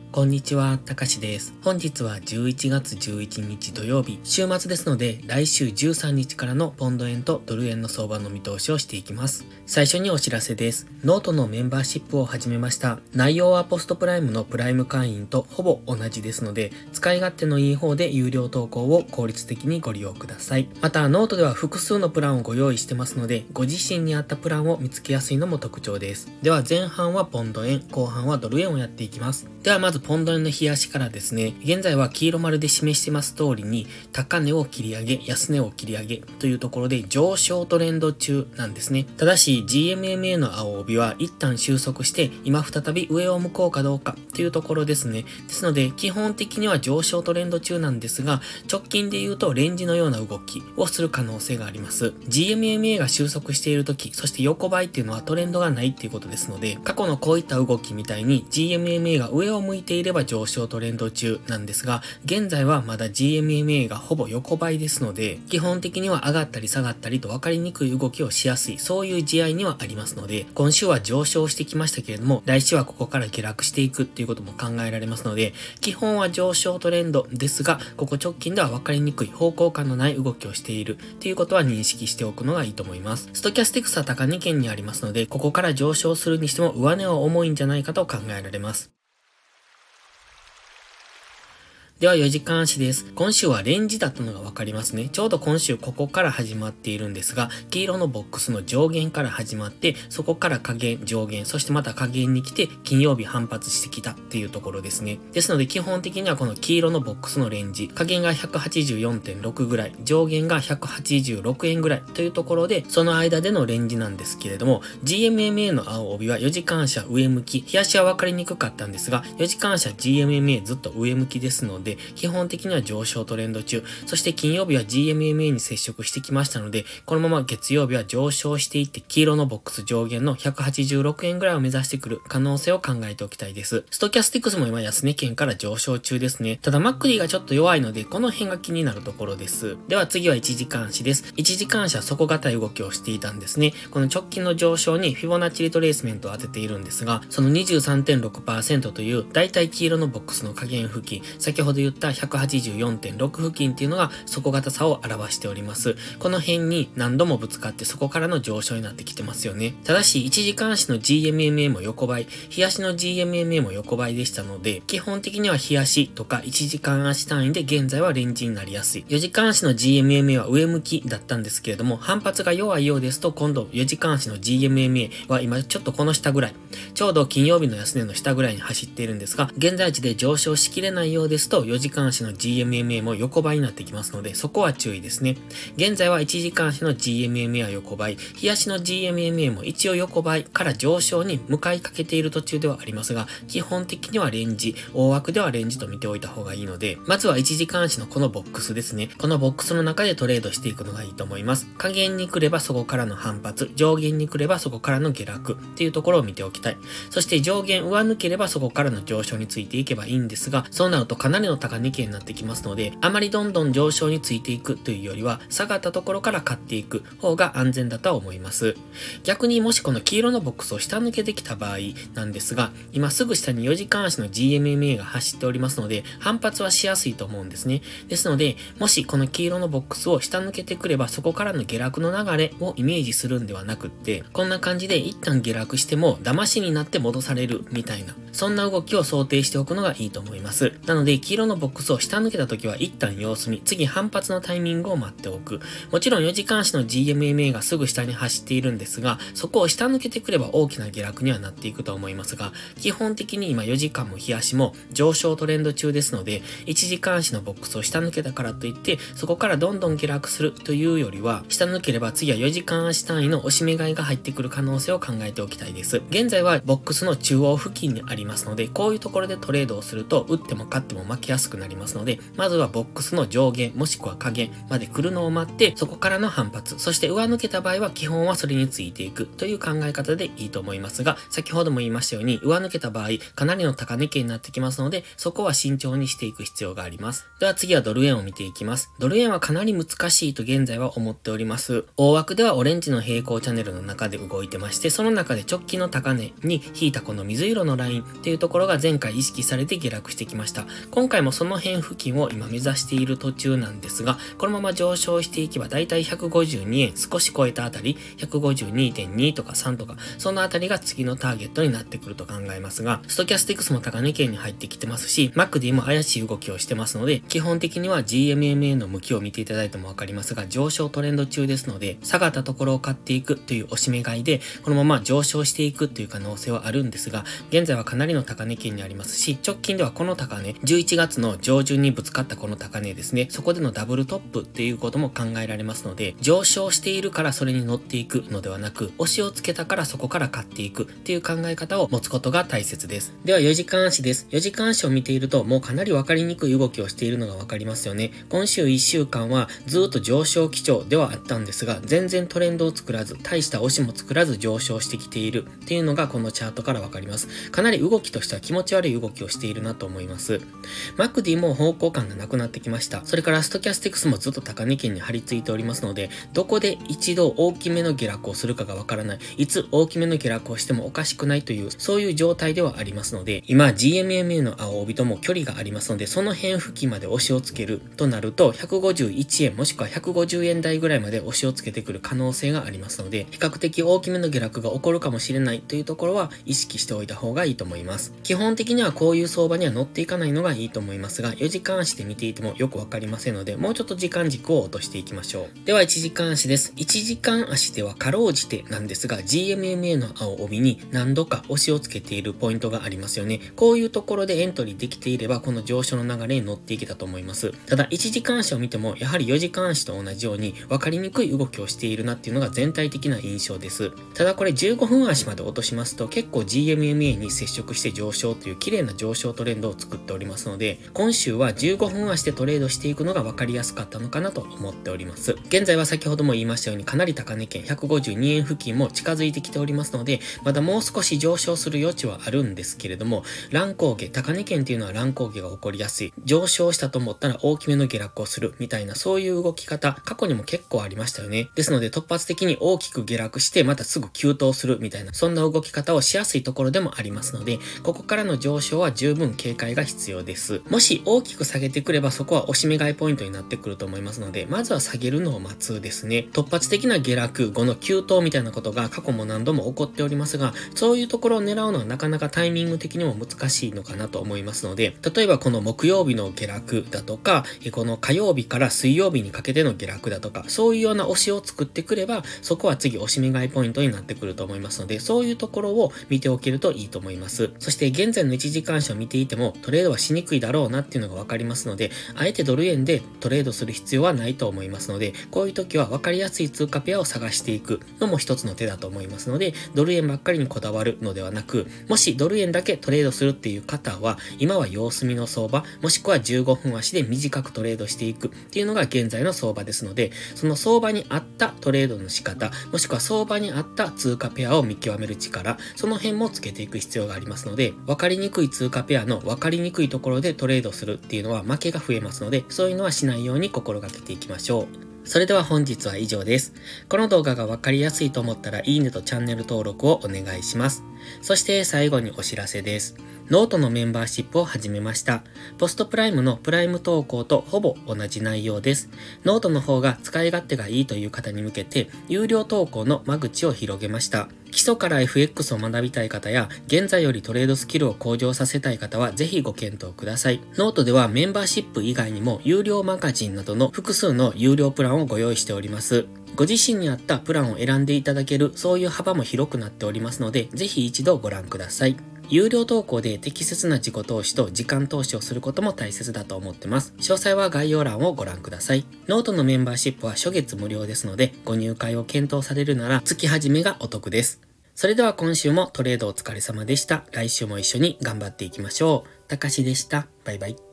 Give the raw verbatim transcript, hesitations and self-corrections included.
こんにちは、たかしです。本日はじゅういちがつじゅういちにち土曜日、週末ですので、来週じゅうさんにちからのポンド円とドル円の相場の見通しをしていきます。最初にお知らせです。ノートのメンバーシップを始めました。内容はポストプライムのプライム会員とほぼ同じですので、使い勝手のいい方で有料投稿を効率的にご利用ください。また、ノートでは複数のプランをご用意してますので、ご自身に合ったプランを見つけやすいのも特徴です。では、前半はポンド円、後半はドル円をやっていきます。では、まずポンド円の冷やしからですね、現在は黄色丸で示してます通りに、高値を切り上げ、安値を切り上げというところで上昇トレンド中なんですね。ただし ジーエムエムエー の青帯は一旦収束して、今再び上を向こうかどうかというところですね。ですので、基本的には上昇トレンド中なんですが、直近で言うとレンジのような動きをする可能性があります。ジーエムエムエー が収束している時、そして横ばいっていうのはトレンドがないっていうことですので、過去のこういった動きみたいに ジーエムエムエー が上を向いていれば上昇トレンド中なんですが、現在はまだ ジーエムエムエー がほぼ横ばいですので、基本的には上がったり下がったりと分かりにくい動きをしやすい、そういう地合いにはありますので、今週は上昇してきましたけれども、来週はここから下落していくっていうことも考えられますので、基本は上昇トレンドですが、ここ直近では分かりにくい方向感のない動きをしているっていうことは認識しておくのがいいと思います。ストキャスティクスは高値圏にありますので、ここから上昇するにしても上値は重いんじゃないかと考えられます。ではよじかん足です。今週はレンジだったのがわかりますね。ちょうど今週ここから始まっているんですが、黄色のボックスの上限から始まって、そこから下限、上限、そしてまた下限に来て、金曜日反発してきたっていうところですね。ですので基本的にはこの黄色のボックスのレンジ、下限が ひゃくはちじゅうよんてんろく ぐらい、上限がひゃくはちじゅうろくえんぐらいというところで、その間でのレンジなんですけれども、ジーエムエムエー の青帯はよじかん足は上向き、日足はわかりにくかったんですが、よじかん足は ジーエムエムエー ずっと上向きですので、基本的には上昇トレンド中、そして金曜日は ジーエムエムエー に接触してきましたので、このまま月曜日は上昇していって、黄色のボックス上限のひゃくはちじゅうろくえんぐらいを目指してくる可能性を考えておきたいです。ストキャスティクスも今安値圏から上昇中ですね。ただマックリーがちょっと弱いので、この辺が気になるところです。では次はいちじかん足です。いちじかん足は底堅い動きをしていたんですね。この直近の上昇にフィボナッチリトレースメントを当てているんですが、その にじゅうさんてんろくパーセント という大体黄色のボックスの下限付近、先ほど言ったひゃくはちじゅうよんてんろく付近っていうのが底堅さを表しております。この辺に何度もぶつかってそこからの上昇になってきてますよね。ただしいちじかん足の ジーエムエムエー も横ばい、日足の ジーエムエムエー も横ばいでしたので、基本的には日足とかいちじかん足単位で現在はレンジになりやすい。よじかん足の ジーエムエムエー は上向きだったんですけれども、反発が弱いようですと今度よじかん足の ジーエムエムエー は今ちょっとこの下ぐらい、ちょうど金曜日の安値の下ぐらいに走っているんですが、現在地で上昇しきれないようですとよじかん足の ジーエムエムエー も横ばいになってきますので、そこは注意ですね。現在はいちじかん足の ジーエムエムエー は横ばい、日足の ジーエムエムエー も一応横ばいから上昇に向かいかけている途中ではありますが、基本的にはレンジ、大枠ではレンジと見ておいた方がいいので、まずはいちじかん足のこのボックスですね。このボックスの中でトレードしていくのがいいと思います。下限に来ればそこからの反発、上限に来ればそこからの下落っていうところを見ておきたい。そして上限上抜ければそこからの上昇についていけばいいんですが、そうなるとかなりの高値圏になってきますので、あまりどんどん上昇についていくというよりは、下がったところから買っていく方が安全だとは思います。逆にもしこの黄色のボックスを下抜けてきた場合なんですが、今すぐ下によじかん足の ジーエムエムエー が走っておりますので、反発はしやすいと思うんですね。ですので、もしこの黄色のボックスを下抜けてくれば、そこからの下落の流れをイメージするんではなくって、こんな感じで一旦下落しても騙しになって戻されるみたいな、そんな動きを想定しておくのがいいと思います。なので、黄色のボックスを下抜けた時は一旦様子見、次反発のタイミングを待っておく。もちろんよじかん足の ジーエムエムエー がすぐ下に走っているんですが、そこを下抜けてくれば大きな下落にはなっていくと思いますが、基本的に今よじかんも日足も上昇トレンド中ですので、いちじかん足のボックスを下抜けたからといって、そこからどんどん下落するというよりは、下抜ければ次はよじかん足単位の押し目買いが入ってくる可能性を考えておきたいです。現在はボックスの中央付近にありますので、こういうところでトレードをすると、打っても勝っても負けややすくなりますので、まずはボックスの上限もしくは下限まで来るのを待って、そこからの反発、そして上抜けた場合は基本はそれについていくという考え方でいいと思いますが、先ほども言いましたように上抜けた場合かなりの高値圏になってきますので、そこは慎重にしていく必要があります。では次はドル円を見ていきます。ドル円はかなり難しいと現在は思っております。大枠ではオレンジの平行チャンネルの中で動いてまして、その中で直近の高値に引いたこの水色のラインっていうところが前回意識されて下落してきました。今回もその辺付近を今目指している途中なんですが、このまま上昇していけばだいたいひゃくごじゅうにえん少し超えたあたり、ひゃくごじゅうにてんに とかさんとか、そのあたりが次のターゲットになってくると考えますが、ストキャスティクスも高値圏に入ってきてますし、マックディ も怪しい動きをしてますので、基本的には ジーエムエムエー の向きを見ていただいてもわかりますが、上昇トレンド中ですので、下がったところを買っていくという押し目買いで、このまま上昇していくという可能性はあるんですが、現在はかなりの高値圏にありますし、直近ではこの高値、じゅういちがつの上旬にぶつかったこの高値ですね、そこでのダブルトップっていうことも考えられますので、上昇しているからそれに乗っていくのではなく、押しをつけたからそこから買っていくっていう考え方を持つことが大切です。ではよじかん足です。よじかん足を見ていると、もうかなりわかりにくい動きをしているのがわかりますよね。今週いっしゅうかんはずっと上昇基調ではあったんですが、全然トレンドを作らず、大した押しも作らず上昇してきているっていうのがこのチャートからわかります。かなり動きとしては気持ち悪い動きをしているなと思います。マックディ も方向感がなくなってきました。それからストキャスティクスもずっと高値圏に張り付いておりますので、どこで一度大きめの下落をするかがわからない、いつ大きめの下落をしてもおかしくないという、そういう状態ではありますので、今 ジーエムエムエー の青帯とも距離がありますので、その辺付近まで押しをつけるとなると、ひゃくごじゅういちえんもしくはひゃくごじゅうえん台ぐらいまで押しをつけてくる可能性がありますので、比較的大きめの下落が起こるかもしれないというところは意識しておいた方がいいと思います。基本的にはこういう相場には乗っていかないのがいいと思いますが、よじかん足で見ていてもよくわかりませんので、もうちょっと時間軸を落としていきましょう。ではいちじかん足です。いちじかん足ではかろうじてなんですが、ジーエムエムエー の青帯に何度か押しをつけているポイントがありますよね。こういうところでエントリーできていれば、この上昇の流れに乗っていけたと思います。ただいちじかん足を見ても、やはりよじかん足と同じように分かりにくい動きをしているなっていうのが全体的な印象です。ただこれじゅうごふん足まで落としますと、結構 ジーエムエムエー に接触して上昇という綺麗な上昇トレンドを作っておりますので、今週はじゅうごふん足でトレードしていくのが分かりやすかったのかなと思っております。現在は先ほども言いましたように、かなり高値圏ひゃくごじゅうにえん付近も近づいてきておりますので、まだもう少し上昇する余地はあるんですけれども、乱高下、高値圏っていうのは乱高下が起こりやすい。上昇したと思ったら大きめの下落をするみたいな、そういう動き方、過去にも結構ありましたよね。ですので突発的に大きく下落して、またすぐ急騰するみたいな、そんな動き方をしやすいところでもありますので、ここからの上昇は十分警戒が必要です。もし大きく下げてくれば、そこは押し目買いポイントになってくると思いますので、まずは下げるのを待つですね。突発的な下落後の急騰みたいなことが過去も何度も起こっておりますが、そういうところを狙うのはなかなかタイミング的にも難しいのかなと思いますので、例えばこの木曜日の下落だとか、この火曜日から水曜日にかけての下落だとか、そういうような押しを作ってくれば、そこは次押し目買いポイントになってくると思いますので、そういうところを見ておけるといいと思います。そして現在のいちじかん足を見ていても、トレードはしにくいだろうなっていうのがわかりますので、あえてドル円でトレードする必要はないと思いますので、こういう時は分かりやすい通貨ペアを探していくのも一つの手だと思いますので、ドル円ばっかりにこだわるのではなく、もしドル円だけトレードするっていう方は、今は様子見の相場、もしくはじゅうごふん足で短くトレードしていくっていうのが現在の相場ですので、その相場に合ったトレードの仕方、もしくは相場に合った通貨ペアを見極める力、その辺もつけていく必要がありますので、分かりにくい通貨ペアの分かりにくいところでトレードするっていうのは負けが増えますので、そういうのはしないように心がけていきましょう。それでは本日は以上です。この動画がわかりやすいと思ったらいいねとチャンネル登録をお願いします。そして最後にお知らせです。ノートのメンバーシップを始めました。ポストプライムのプライム投稿とほぼ同じ内容です。ノートの方が使い勝手がいいという方に向けて、有料投稿の間口を広げました。基礎から エフエックス を学びたい方や、現在よりトレードスキルを向上させたい方はぜひご検討ください。ノートではメンバーシップ以外にも有料マガジンなどの複数の有料プランをご用意しております。ご自身に合ったプランを選んでいただける、そういう幅も広くなっておりますので、ぜひ一度ご覧ください。有料投稿で適切な自己投資と時間投資をすることも大切だと思ってます。詳細は概要欄をご覧ください。ノートのメンバーシップは初月無料ですので、ご入会を検討されるなら月始めがお得です。それでは今週もトレードお疲れ様でした。来週も一緒に頑張っていきましょう。たかしでした。バイバイ。